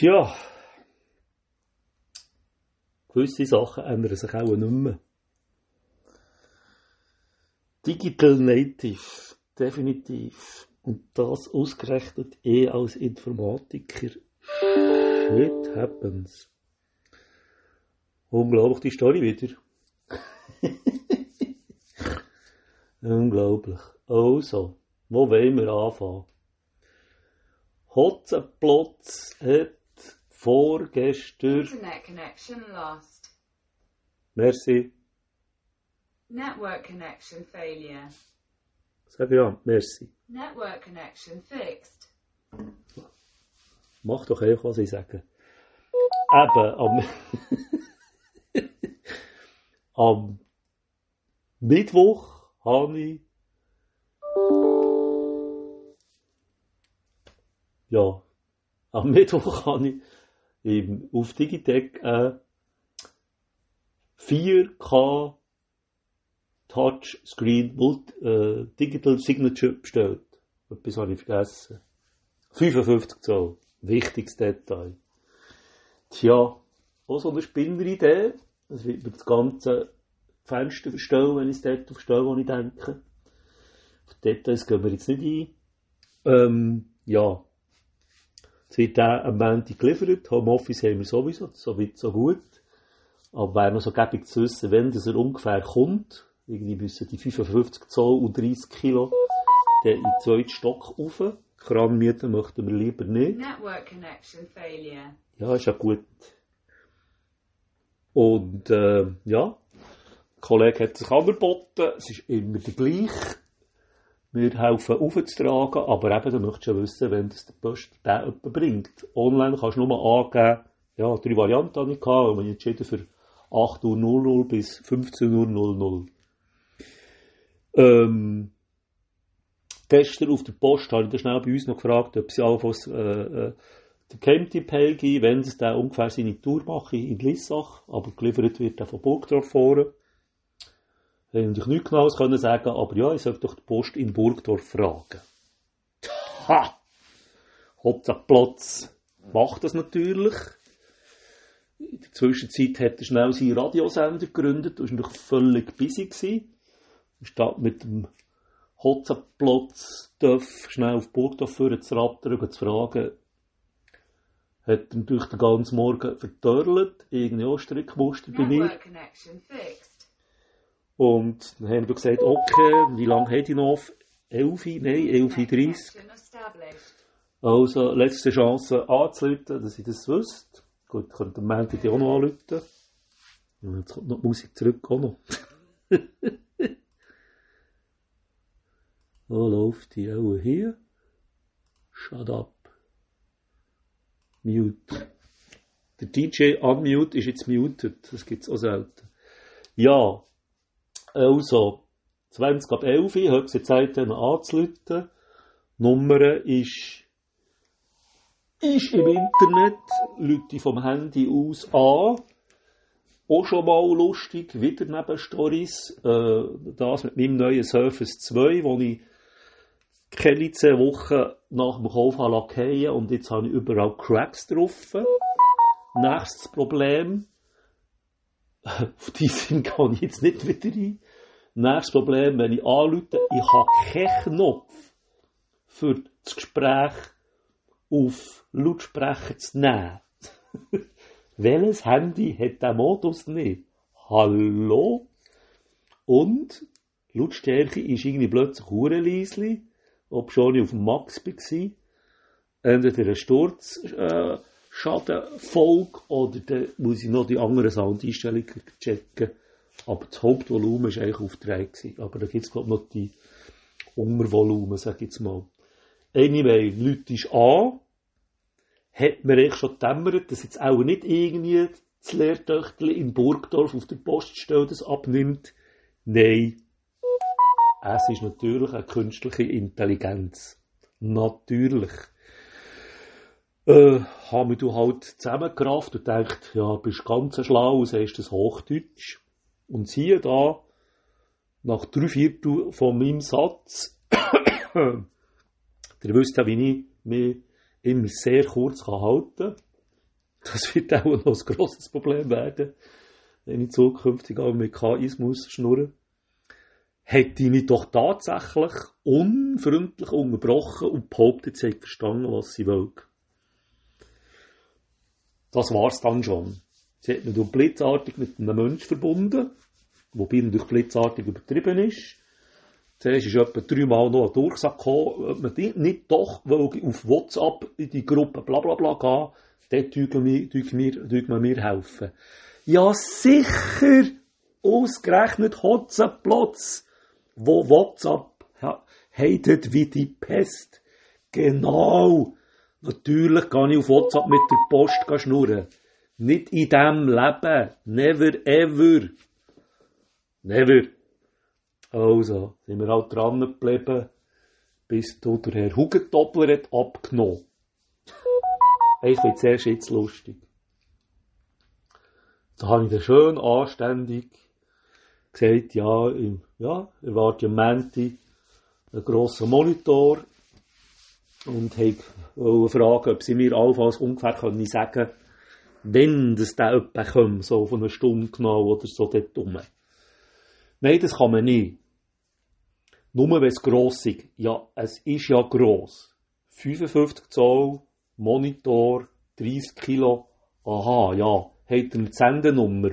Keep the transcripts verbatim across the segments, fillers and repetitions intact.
Tja, gewisse Sachen ändern sich auch nicht mehr. Digital Native, definitiv. Und das ausgerechnet eh als Informatiker. Shit happens. Unglaublich, die Story wieder. Unglaublich. Also, wo wollen wir anfangen? Hotzenplotz hat vorgestern... Internet connection lost. Merci. Network connection failure. Sag ja, merci. Network connection fixed. Mach doch einfach, was ich sage. Eben, am... am Mittwoch habe ich... Ja, am Mittwoch habe ich im, auf Digitec äh, vier K Touchscreen Multi, äh, Digital Signature bestellt. Etwas habe ich vergessen. fünfundfünfzig Zoll. Wichtiges Detail. Tja, auch so eine Spinneridee. Das wird mir das ganze Fenster verstellen, wenn ich es dort aufstelle, wo ich denke. Auf die Details gehen wir jetzt nicht ein. Ähm, ja. Es wird auch am Montag geliefert. Homeoffice haben wir sowieso, so weit, so gut. Aber wäre noch so gäbig zu wissen, wenn das er ungefähr kommt. Irgendwie müssen die fünfundfünfzig Zoll und dreißig Kilo dann in den zweiten Stock rauf. Kranmieten möchten wir lieber nicht. Network connection failure. Ja, ist ja gut. Und äh, ja, der Kollege hat sich angeboten. Es ist immer der gleiche. Wir helfen aufzutragen, aber eben, du möchtest ja wissen, wenn das der Post den jemand bringt. Online kannst du nur angeben, ja, drei Varianten habe ich gehabt, und ich entschieden für acht Uhr bis fünfzehn Uhr. Ähm, gestern auf der Post habe ich dann schnell bei uns noch gefragt, ob sie allenfalls äh, äh, den Camptipp geben, wenn sie dann ungefähr seine Tour machen in Lissach, aber geliefert wird er von Burgdorf fahren. Ich hätte natürlich nichts Genaues können sagen, aber ja, ich sollte doch die Post in Burgdorf fragen. Ha! Hotzenplotz macht das natürlich. In der Zwischenzeit hat er schnell seinen Radiosender gegründet, das war natürlich völlig busy gewesen. Statt mit dem Hotzenplotz schnell auf Burgdorf führen zu rattern und zu fragen, hat er natürlich den ganzen Morgen vertörlet, irgendwie auch Strickmuster bei mir. Network connection fixed. Und dann haben wir gesagt, okay, wie lange hätte ich noch? elf? Nein, elf Uhr dreißig. Connection established. Also, letzte Chance anzurufen, dass ich das wüsste. Gut, ich könnte am Montag auch noch anrufen. Und jetzt kommt noch die Musik zurück, auch noch. Wo läuft die auch hier? Shut up. Mute. Der D J unmute ist jetzt muted. Das gibt's auch selten. Ja. Also, zwanzig ab elf, ich habe jetzt Zeit, dann anzurufen. Die Nummer ist, ist im Internet, Leute vom Handy aus an. Auch schon mal lustig, wieder Nebenstories. Äh, das mit meinem neuen Surface zwei, wo ich keine zehn Wochen nach dem Kauf lackieren und jetzt habe ich überall Cracks drauf. Nächstes Problem. Auf diesen kann ich jetzt nicht wieder rein. Nächstes Problem, wenn ich anrufe, ich habe keinen Knopf für das Gespräch auf Lautsprecher zu nehmen. Welches Handy hat diesen Modus nicht? Hallo? Und Lautstärke ist irgendwie plötzlich verdammt ob schon ich auf dem Max war. Entweder eine Sturzschadenfolge äh, oder dann muss ich noch die anderen Soundeinstellungen checken. Aber das Hauptvolumen war eigentlich auf drei. Aber da gibt es glaube ich noch die Untervolumen, sag ich jetzt mal. Anyway, Leute ist an. Hat mir eigentlich schon gedämmert, dass jetzt auch nicht irgendwie das Lehrtöchterli in Burgdorf auf der Poststelle das abnimmt. Nein. Es ist natürlich eine künstliche Intelligenz. Natürlich. Äh, haben wir halt zusammengerafft und gedacht, ja, bist ganz schlau, sagst das Hochdeutsch. Und siehe da, nach drei Viertel von meinem Satz, ihr wisst ja, wie ich mich immer sehr kurz halten kann. Das wird auch noch ein grosses Problem werden, wenn ich zukünftig auch mit K Is muss schnurren. Hätte ich mich doch tatsächlich unfreundlich unterbrochen und behauptet, sie hätte verstanden, was sie will. Das war's dann schon. Sie hat mich blitzartig mit einem Menschen verbunden, wobei natürlich blitzartig übertrieben ist. Zuerst ist etwa dreimal noch ein Durchsatz gekommen, ob man nicht doch auf WhatsApp in die Gruppe bla bla bla gehen, dort tut man mir helfen. Ja sicher, ausgerechnet Hotzenplotz, wo WhatsApp heitet wie die Pest. Genau, natürlich kann ich auf WhatsApp mit der Post schnurren. Nicht in diesem Leben, never ever. Never. Also, sind wir halt dran geblieben, bis du der Herr Hugentobler hat abgenommen. Ich finde es erst jetzt lustig. Da habe ich dann schön anständig gesagt, ja, ich, ja, erwarte am Montag einen grossen Monitor und wollte fragen, ob sie mir allenfalls ungefähr können sagen, wenn das da jemand kommt, so von einer Stunde genau oder so dort rum. Nein, das kann man nicht. Nur wenn es gross ist. Ja, es ist ja gross. fünfundfünfzig Zoll, Monitor, dreißig Kilo. Aha, ja. Habt ihr eine Sendennummer?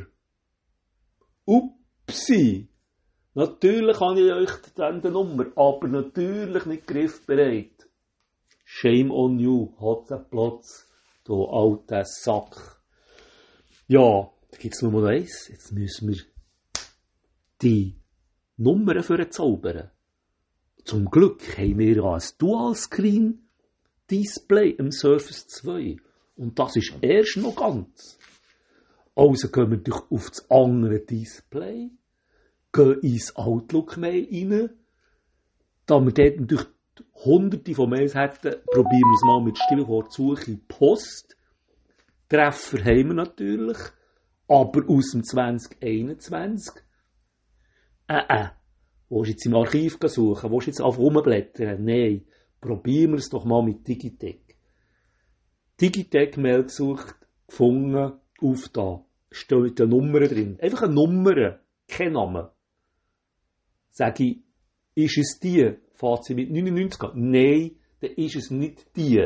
Upsi! Natürlich habe ich euch die Sendennummer, aber natürlich nicht griffbereit. Shame on you, Hotzenplotz, du alter Sack. Ja, da gibt es nur noch eins. Jetzt müssen wir die Nummern für zaubern. Zum Glück haben wir ja ein Dual-Screen-Display im Surface zwei. Und das ist erst noch ganz. Also gehen wir durch auf das andere Display, gehen ins Outlook-Mail rein, da wir dort natürlich hunderte von Mails hätten, probieren wir es mal mit Stichwortsuche Post. Treffer haben wir natürlich, aber aus dem zwanzig einundzwanzig. Äh, äh. Willst du jetzt im Archiv suchen? Willst du jetzt auf rumblättern? Nein. Probieren wir es doch mal mit Digitec. Digitec-Mail gesucht, gefunden, auf da. Steht eine Nummer drin. Einfach eine Nummer. Kein Name. Sag ich, ist es die? Fährt sie mit neunundneunzig an? Nein, dann ist es nicht die.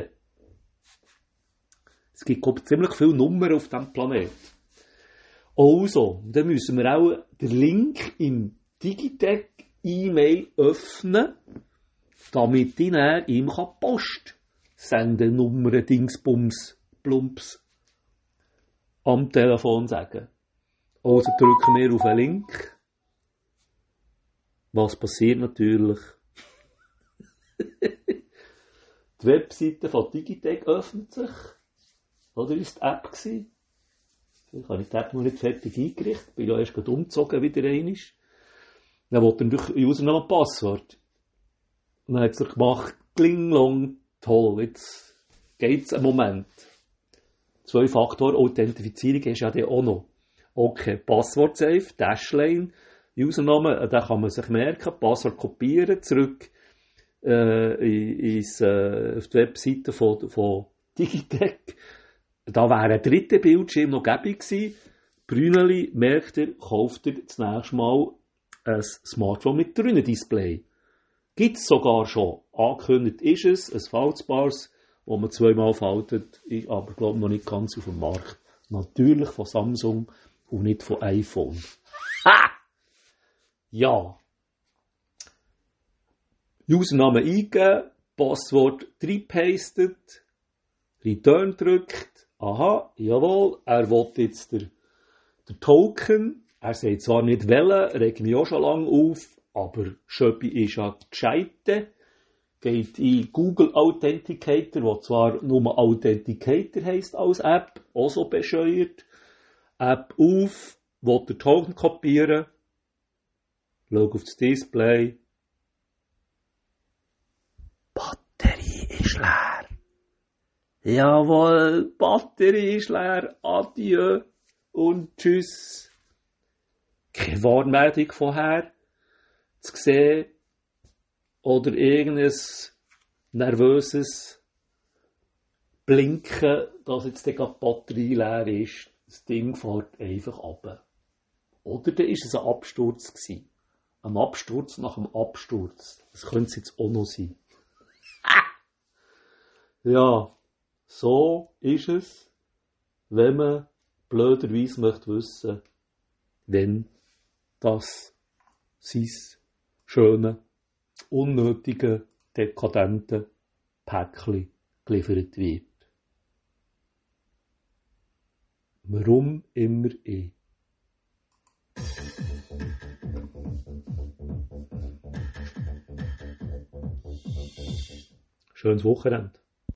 Es gibt, glaube ich, ziemlich viele Nummern auf diesem Planeten. Also, dann müssen wir auch den Link im Digitec E-Mail öffnen, damit ich dann ihm Post senden, Nummern, Dingsbums, Plumps am Telefon sagen. Also drücken wir auf einen Link. Was passiert natürlich? Die Webseite von Digitec öffnet sich. Oder ist die App gewesen? Vielleicht habe ich die App noch nicht fertig eingerichtet. Bin ja erst gerade umgezogen wieder einmal. Dann wollte er durch Username und Passwort. Und dann hat es gemacht, klinglong, toll, jetzt geht's einen Moment. Zwei-Faktor-Authentifizierung ist ja der auch noch. Okay, Passwort safe, Dashline, Username, den kann man sich merken, Passwort kopieren, zurück äh, ins, äh, auf die Webseite von, von Digitec. Da wäre ein dritter Bildschirm noch gäbig gewesen. Brüneli, merkt ihr, kauft ihr das nächste Mal ein Smartphone mit drei Display. Gibt es sogar schon. Angekündigt ist es, ein faltbares, das man zweimal faltet, ist aber glaube ich noch nicht ganz auf dem Markt. Natürlich von Samsung und nicht von iPhone. Ha! Ja. Username eingeben, Passwort reingepastet, Return drückt. Aha, jawohl, er will jetzt der, der Token. Er sagt zwar nicht wählen, regt mich auch schon lange auf, aber Schöppi ist ja gescheite. Geht in Google Authenticator, wo zwar nur Authenticator heisst als App, auch so bescheuert. App auf, will den Token kopieren, schau auf das Display. Batterie ist leer. Jawohl, Batterie ist leer. Adieu und tschüss. Keine Warnmeldung vorher zu sehen oder irgendein nervöses blinken, dass jetzt dann gerade die Batterie leer ist. Das Ding fährt einfach runter. Oder dann war es ein Absturz gewesen. Ein Absturz nach dem Absturz. Das könnte es jetzt auch noch sein. Ja, so ist es, wenn man blöderweise möchte wissen, wenn das sein schöne, unnötige, dekadente Päckchen geliefert wird. Warum immer ich? Schönes Wochenende.